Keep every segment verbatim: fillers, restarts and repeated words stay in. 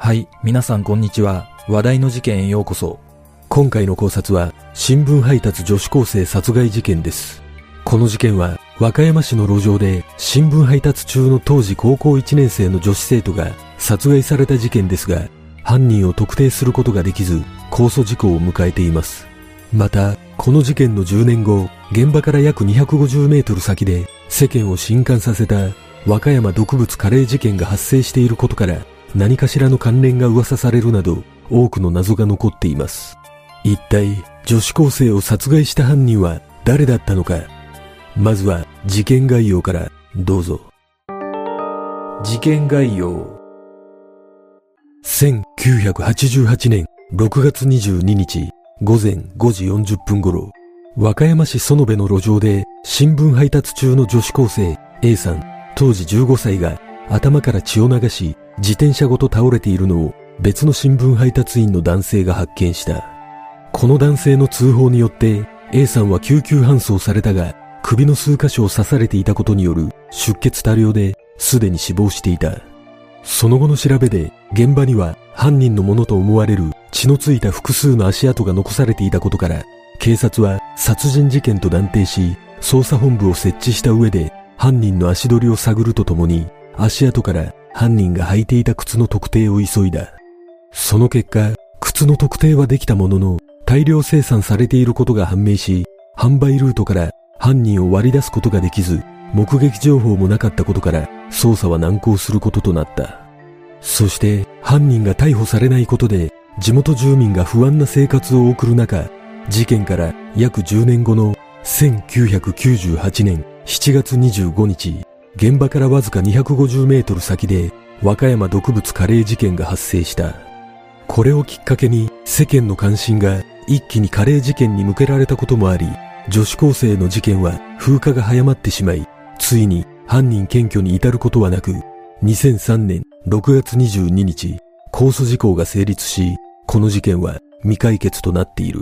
はい、皆さんこんにちは。話題の事件へようこそ。今回の考察は新聞配達女子高生殺害事件です。この事件は和歌山市の路上で新聞配達中の当時高校いちねん生の女子生徒が殺害された事件ですが、犯人を特定することができず控訴事項を迎えています。またこの事件のじゅうねんご、現場から約にひゃくごじゅうメートル先で世間を震撼させた和歌山毒物カレー事件が発生していることから、何かしらの関連が噂されるなど多くの謎が残っています。一体女子高生を殺害した犯人は誰だったのか。まずは事件概要からどうぞ。事件概要。せんきゅうひゃくはちじゅうはちねんろくがつにじゅうににちごぜんごじよんじゅっぷん頃、和歌山市園部の路上で新聞配達中の女子高生 A さん当時じゅうごさいが頭から血を流し自転車ごと倒れているのを別の新聞配達員の男性が発見した。この男性の通報によって A さんは救急搬送されたが、首の数箇所を刺されていたことによる出血多量ですでに死亡していた。その後の調べで現場には犯人のものと思われる血のついた複数の足跡が残されていたことから、警察は殺人事件と断定し捜査本部を設置した上で犯人の足取りを探るとともに、足跡から犯人が履いていた靴の特定を急いだ。その結果、靴の特定はできたものの大量生産されていることが判明し、販売ルートから犯人を割り出すことができず、目撃情報もなかったことから捜査は難航することとなった。そして犯人が逮捕されないことで地元住民が不安な生活を送る中、事件から約じゅうねんごのせんきゅうひゃくきゅうじゅうはちねんしちがつにじゅうごにち、現場からわずかにひゃくごじゅうメートル先で和歌山毒物カレー事件が発生した。これをきっかけに世間の関心が一気にカレー事件に向けられたこともあり、女子高生の事件は風化が早まってしまい、ついに犯人検挙に至ることはなく、にせんさんねんろくがつにじゅうににち控訴事項が成立し、この事件は未解決となっている。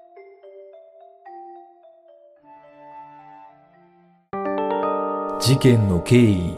事件の経緯。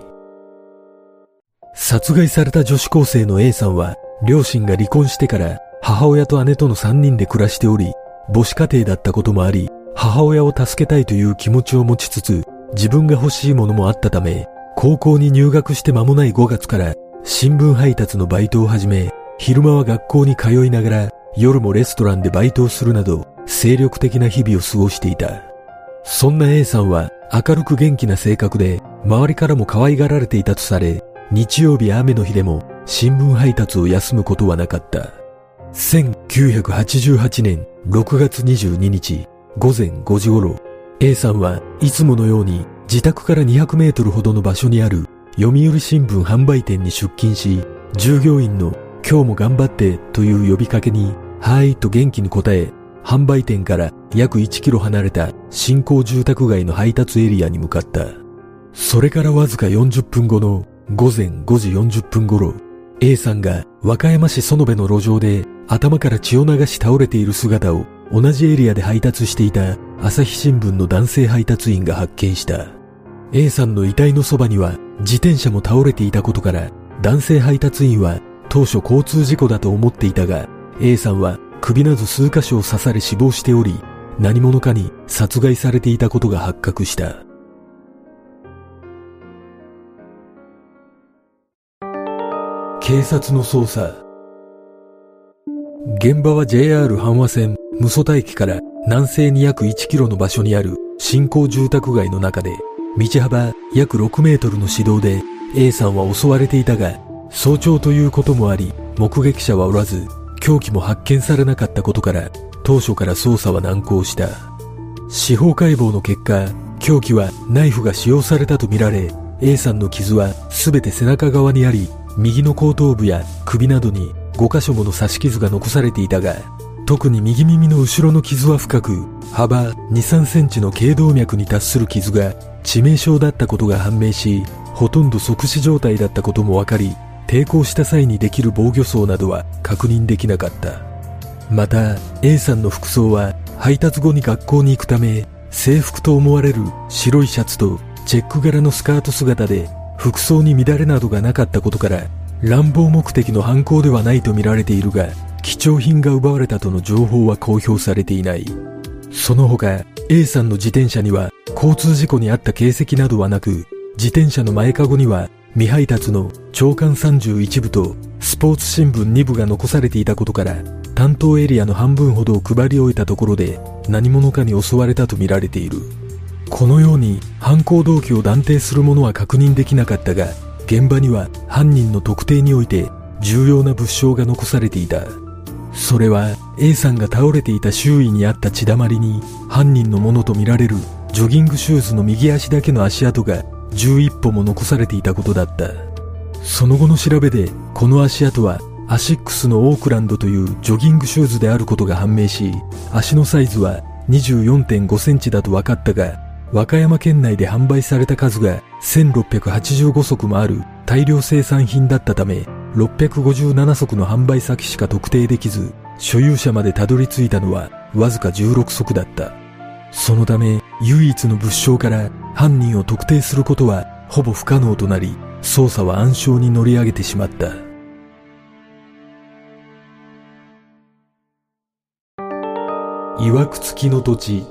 殺害された女子高生の A さんは両親が離婚してから母親と姉とのさんにんで暮らしており、母子家庭だったこともあり、母親を助けたいという気持ちを持ちつつ、自分が欲しいものもあったため、高校に入学して間もないごがつから新聞配達のバイトを始め、昼間は学校に通いながら夜もレストランでバイトをするなど精力的な日々を過ごしていた。そんな A さんは明るく元気な性格で周りからも可愛がられていたとされ、日曜日や雨の日でも新聞配達を休むことはなかった。せんきゅうひゃくはちじゅうはちねんろくがつにじゅうににちごぜんごじ頃、 A さんはいつものように自宅からにひゃくメートルほどの場所にある読売新聞販売店に出勤し、従業員の今日も頑張ってという呼びかけにはーいと元気に答え、販売店から約いちキロ離れた新興住宅街の配達エリアに向かった。それからわずかよんじゅっぷんごのごぜんごじよんじゅっぷん頃、 A さんが和歌山市園部の路上で頭から血を流し倒れている姿を同じエリアで配達していた朝日新聞の男性配達員が発見した。 A さんの遺体のそばには自転車も倒れていたことから、男性配達員は当初交通事故だと思っていたが、 A さんは首など数箇所を刺され死亡しており、何者かに殺害されていたことが発覚した。警察の捜査。現場は ジェイアール 阪和線六十田駅から南西に約いちキロの場所にある新興住宅街の中で、道幅約ろくメートルの市道で A さんは襲われていたが、早朝ということもあり目撃者はおらず、凶器も発見されなかったことから当初から捜査は難航した。司法解剖の結果、凶器はナイフが使用されたとみられ、 A さんの傷はすべて背中側にあり、右の後頭部や首などにごかしょもの刺し傷が残されていたが、特に右耳の後ろの傷は深く、幅に、さんセンチの頸動脈に達する傷が致命傷だったことが判明し、ほとんど即死状態だったことも分かり、抵抗した際にできる防御創などは確認できなかった。また A さんの服装は配達後に学校に行くため、制服と思われる白いシャツとチェック柄のスカート姿で、服装に乱れなどがなかったことから乱暴目的の犯行ではないと見られているが、貴重品が奪われたとの情報は公表されていない。その他、A さんの自転車には交通事故に遭った形跡などはなく、自転車の前かごには未配達の朝刊さんじゅういちぶとスポーツ新聞にぶが残されていたことから、担当エリアの半分ほどを配り終えたところで何者かに襲われたと見られている。このように犯行動機を断定するものは確認できなかったが、現場には犯人の特定において重要な物証が残されていた。それは A さんが倒れていた周囲にあった血だまりに、犯人のものとみられるジョギングシューズの右足だけの足跡がじゅういっぽも残されていたことだった。その後の調べで、この足跡はアシックスのオークランドというジョギングシューズであることが判明し、足のサイズは にじゅうよんてんごセンチだと分かったが、和歌山県内で販売された数がせんろっぴゃくはちじゅうごそくもある大量生産品だったため、ろっぴゃくごじゅうななそくの販売先しか特定できず、所有者までたどり着いたのはわずかじゅうろくそくだった。そのため、唯一の物証から犯人を特定することはほぼ不可能となり、捜査は暗礁に乗り上げてしまった。いわくつきの土地。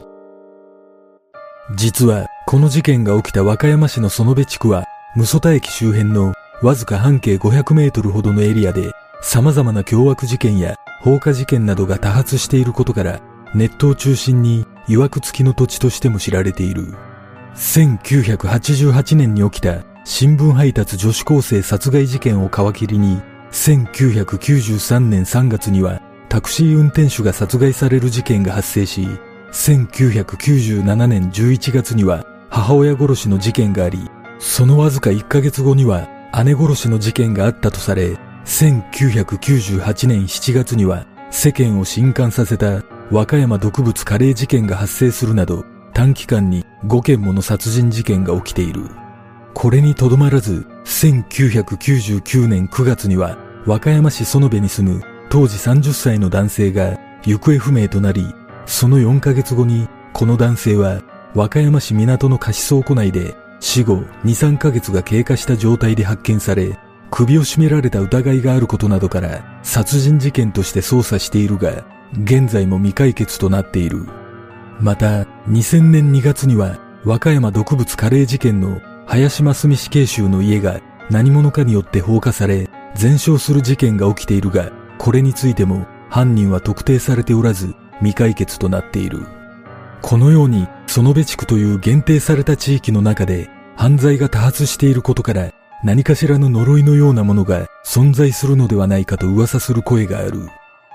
実はこの事件が起きた和歌山市の園部地区は、六十田駅周辺のわずか半径ごひゃくメートルほどのエリアで、様々な凶悪事件や放火事件などが多発していることから、ネットを中心にいわくつきの土地としても知られている。せんきゅうひゃくはちじゅうはちねんに起きた新聞配達女子高生殺害事件を皮切りに、せんきゅうひゃくきゅうじゅうさんねんさんがつにはタクシー運転手が殺害される事件が発生し、せんきゅうひゃくきゅうじゅうななねんじゅういちがつには母親殺しの事件があり、そのわずかいっかげつごには姉殺しの事件があったとされ、せんきゅうひゃくきゅうじゅうはちねんしちがつには世間を震撼させた和歌山毒物カレー事件が発生するなど、短期間にごけんもの殺人事件が起きている。これにとどまらず、せんきゅうひゃくきゅうじゅうきゅうねんくがつには和歌山市園部に住む当時さんじゅっさいの男性が行方不明となり、そのよんかげつごにこの男性は和歌山市港の貸倉庫内で死後に、さんかげつが経過した状態で発見され、首を絞められた疑いがあることなどから殺人事件として捜査しているが、現在も未解決となっている。また、にせんねんにがつには和歌山毒物カレー事件の林真澄死刑囚の家が何者かによって放火され、全焼する事件が起きているが、これについても犯人は特定されておらず未解決となっている。このように園部地区という限定された地域の中で犯罪が多発していることから、何かしらの呪いのようなものが存在するのではないかと噂する声がある。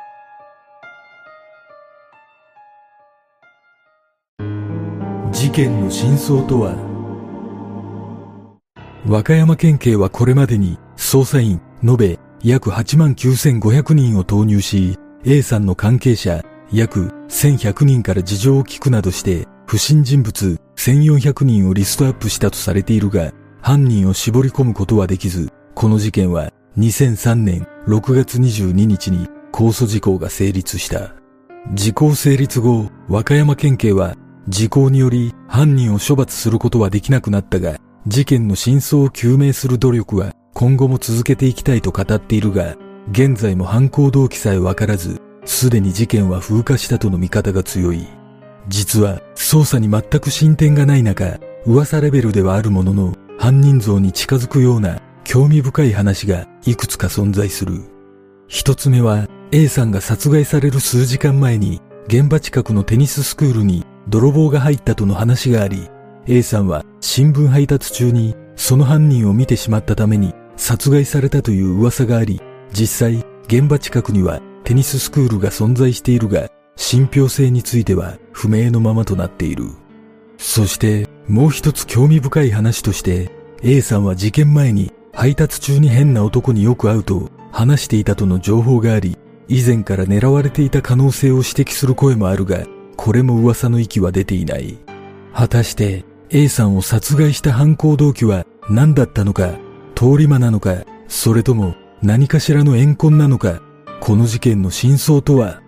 事件の真相とは。和歌山県警はこれまでに捜査員延べ約はちまんきゅうせんごひゃくにんを投入し、A さんの関係者約せんひゃくにんから事情を聞くなどして不審人物せんよんひゃくにんをリストアップしたとされているが、犯人を絞り込むことはできず、この事件はにせんさんねんろくがつにじゅうににちに公訴時効が成立した。時効成立後、和歌山県警は時効により犯人を処罰することはできなくなったが、事件の真相を究明する努力は今後も続けていきたいと語っているが、現在も犯行動機さえわからず、すでに事件は風化したとの見方が強い。実は捜査に全く進展がない中、噂レベルではあるものの、犯人像に近づくような興味深い話がいくつか存在する。一つ目は A さんが殺害される数時間前に現場近くのテニススクールに泥棒が入ったとの話があり、 A さんは新聞配達中にその犯人を見てしまったために殺害されたという噂があり、実際現場近くにはテニススクールが存在しているが、信憑性については不明のままとなっている。そしてもう一つ興味深い話として、 A さんは事件前に配達中に変な男によく会うと話していたとの情報があり、以前から狙われていた可能性を指摘する声もあるが、これも噂の域は出ていない。果たして A さんを殺害した犯行動機は何だったのか、通り魔なのか、それとも何かしらの怨恨なのか、この事件の真相とは。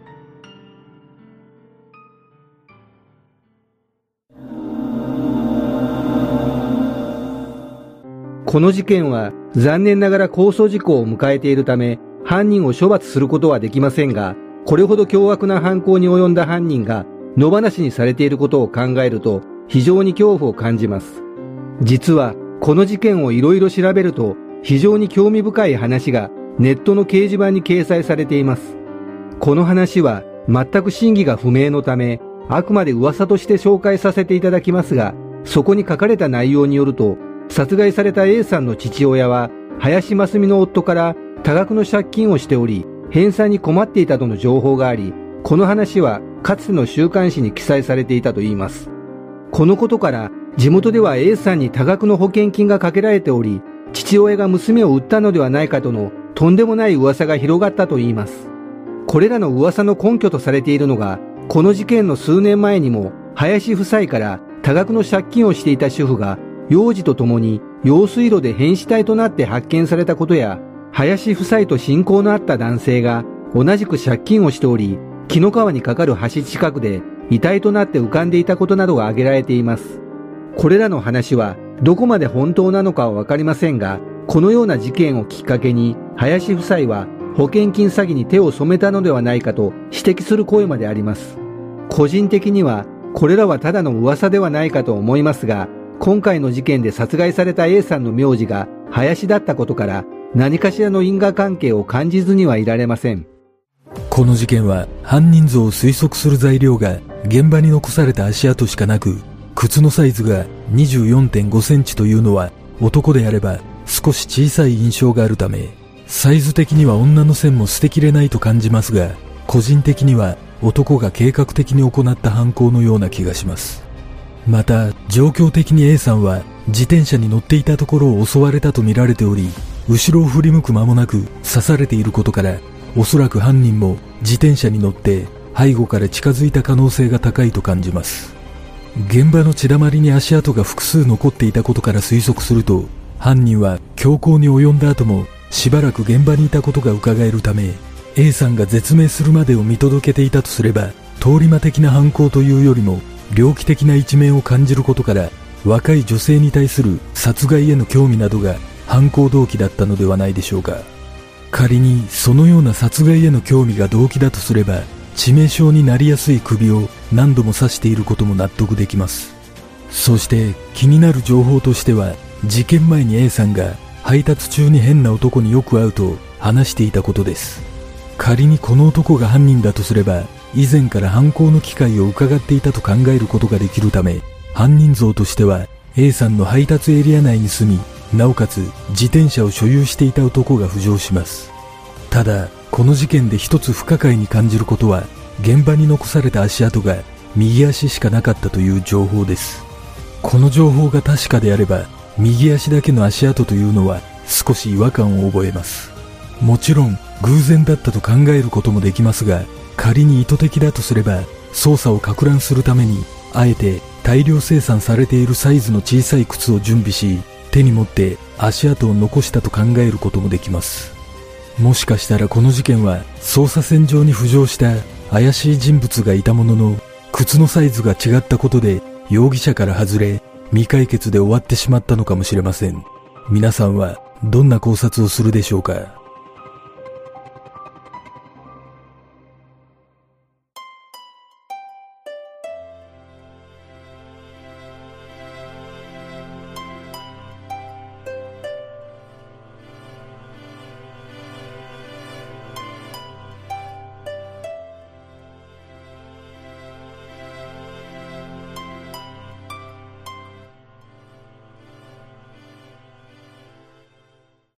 この事件は残念ながら控訴事項を迎えているため、犯人を処罰することはできませんが、これほど凶悪な犯行に及んだ犯人が野放しにされていることを考えると非常に恐怖を感じます。実はこの事件をいろいろ調べると非常に興味深い話がネットの掲示板に掲載されています。この話は全く真偽が不明のため、あくまで噂として紹介させていただきますが、そこに書かれた内容によると、殺害された A さんの父親は林真澄の夫から多額の借金をしており、返済に困っていたとの情報があり、この話はかつての週刊誌に記載されていたといいます。このことから地元では A さんに多額の保険金がかけられており、父親が娘を売ったのではないかとのとんでもない噂が広がったといいます。これらの噂の根拠とされているのが、この事件の数年前にも林夫妻から多額の借金をしていた主婦が幼児とともに用水路で変死体となって発見されたことや、林夫妻と親交のあった男性が同じく借金をしており、紀の川に架かる橋近くで遺体となって浮かんでいたことなどが挙げられています。これらの話はどこまで本当なのかはわかりませんが、このような事件をきっかけに林夫妻は保険金詐欺に手を染めたのではないかと指摘する声まであります。個人的にはこれらはただの噂ではないかと思いますが、今回の事件で殺害された A さんの名字が林だったことから何かしらの因果関係を感じずにはいられません。 この事件は犯人像を推測する材料が現場に残された足跡しかなく、靴のサイズが にじゅうよんてんごセンチというのは男であれば少し小さい印象があるため、サイズ的には女の線も捨てきれないと感じますが、個人的には男が計画的に行った犯行のような気がします。また状況的に A さんは自転車に乗っていたところを襲われたと見られており、後ろを振り向く間もなく刺されていることから、おそらく犯人も自転車に乗って背後から近づいた可能性が高いと感じます。現場の血だまりに足跡が複数残っていたことから推測すると、犯人は凶行に及んだ後もしばらく現場にいたことが伺えるため、 A さんが絶命するまでを見届けていたとすれば、通り魔的な犯行というよりも猟奇的な一面を感じることから、若い女性に対する殺害への興味などが犯行動機だったのではないでしょうか。仮にそのような殺害への興味が動機だとすれば、致命傷になりやすい首を何度も刺していることも納得できます。そして気になる情報としては、事件前に A さんが配達中に変な男によく会うと話していたことです。仮にこの男が犯人だとすれば、以前から犯行の機会を伺っていたと考えることができるため、犯人像としては A さんの配達エリア内に住み、なおかつ自転車を所有していた男が浮上します。ただこの事件で一つ不可解に感じることは、現場に残された足跡が右足しかなかったという情報です。この情報が確かであれば、右足だけの足跡というのは少し違和感を覚えます。もちろん偶然だったと考えることもできますが、仮に意図的だとすれば、捜査を攪乱するためにあえて大量生産されているサイズの小さい靴を準備し、手に持って足跡を残したと考えることもできます。もしかしたらこの事件は捜査線上に浮上した怪しい人物がいたものの、靴のサイズが違ったことで容疑者から外れ、未解決で終わってしまったのかもしれません。皆さんはどんな考察をするでしょうか。